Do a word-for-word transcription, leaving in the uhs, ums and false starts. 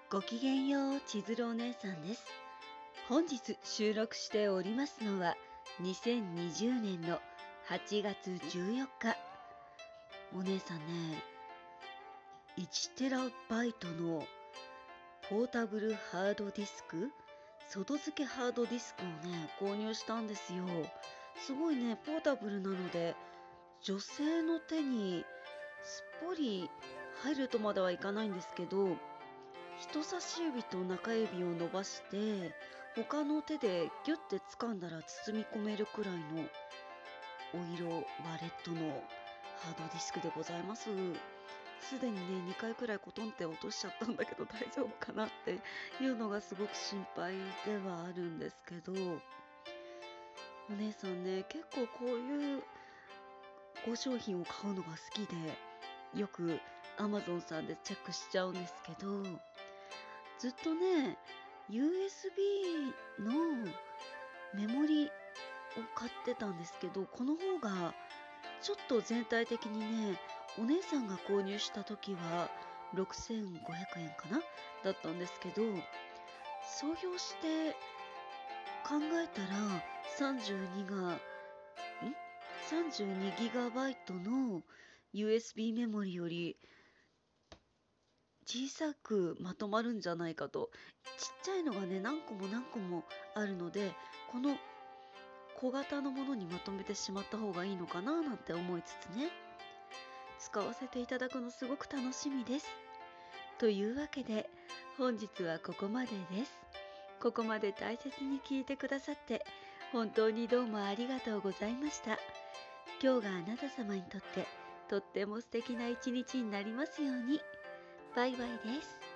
ごきげんよう、千鶴お姉さんです。本日収録しておりますのはにせんにじゅうねんのはちがつじゅうよっか。お姉さんね、いちテラバイトのポータブルハードディスク、外付けハードディスクをね、購入したんですよ。すごいね、ポータブルなので、女性の手にすっぽり入るとまではいかないんですけど、人差し指と中指を伸ばして他の手でギュッて掴んだら包み込めるくらいのお色ワレットのハードディスクでございます。すでにねにかいくらいコトンって落としちゃったんだけど大丈夫かなっていうのがすごく心配ではあるんですけど、お姉さんね結構こういうご商品を買うのが好きで、よく アマゾン さんでチェックしちゃうんですけど、ずっとね ユーエスビー のメモリを買ってたんですけど、この方がちょっと全体的にね、お姉さんが購入した時はろくせんごひゃくえんかなだったんですけど、創業して考えたらさんじゅうにがんさんじゅうにギガバイトの ユーエスビー メモリより小さくまとまるんじゃないかと。ちっちゃいのがね何個も何個もあるので、この小型のものにまとめてしまった方がいいのかななんて思いつつね、使わせていただくのすごく楽しみです。というわけで本日はここまでです。ここまで大切に聞いてくださって本当にどうもありがとうございました。今日があなた様にとってとっても素敵な一日になりますように。バイバイです。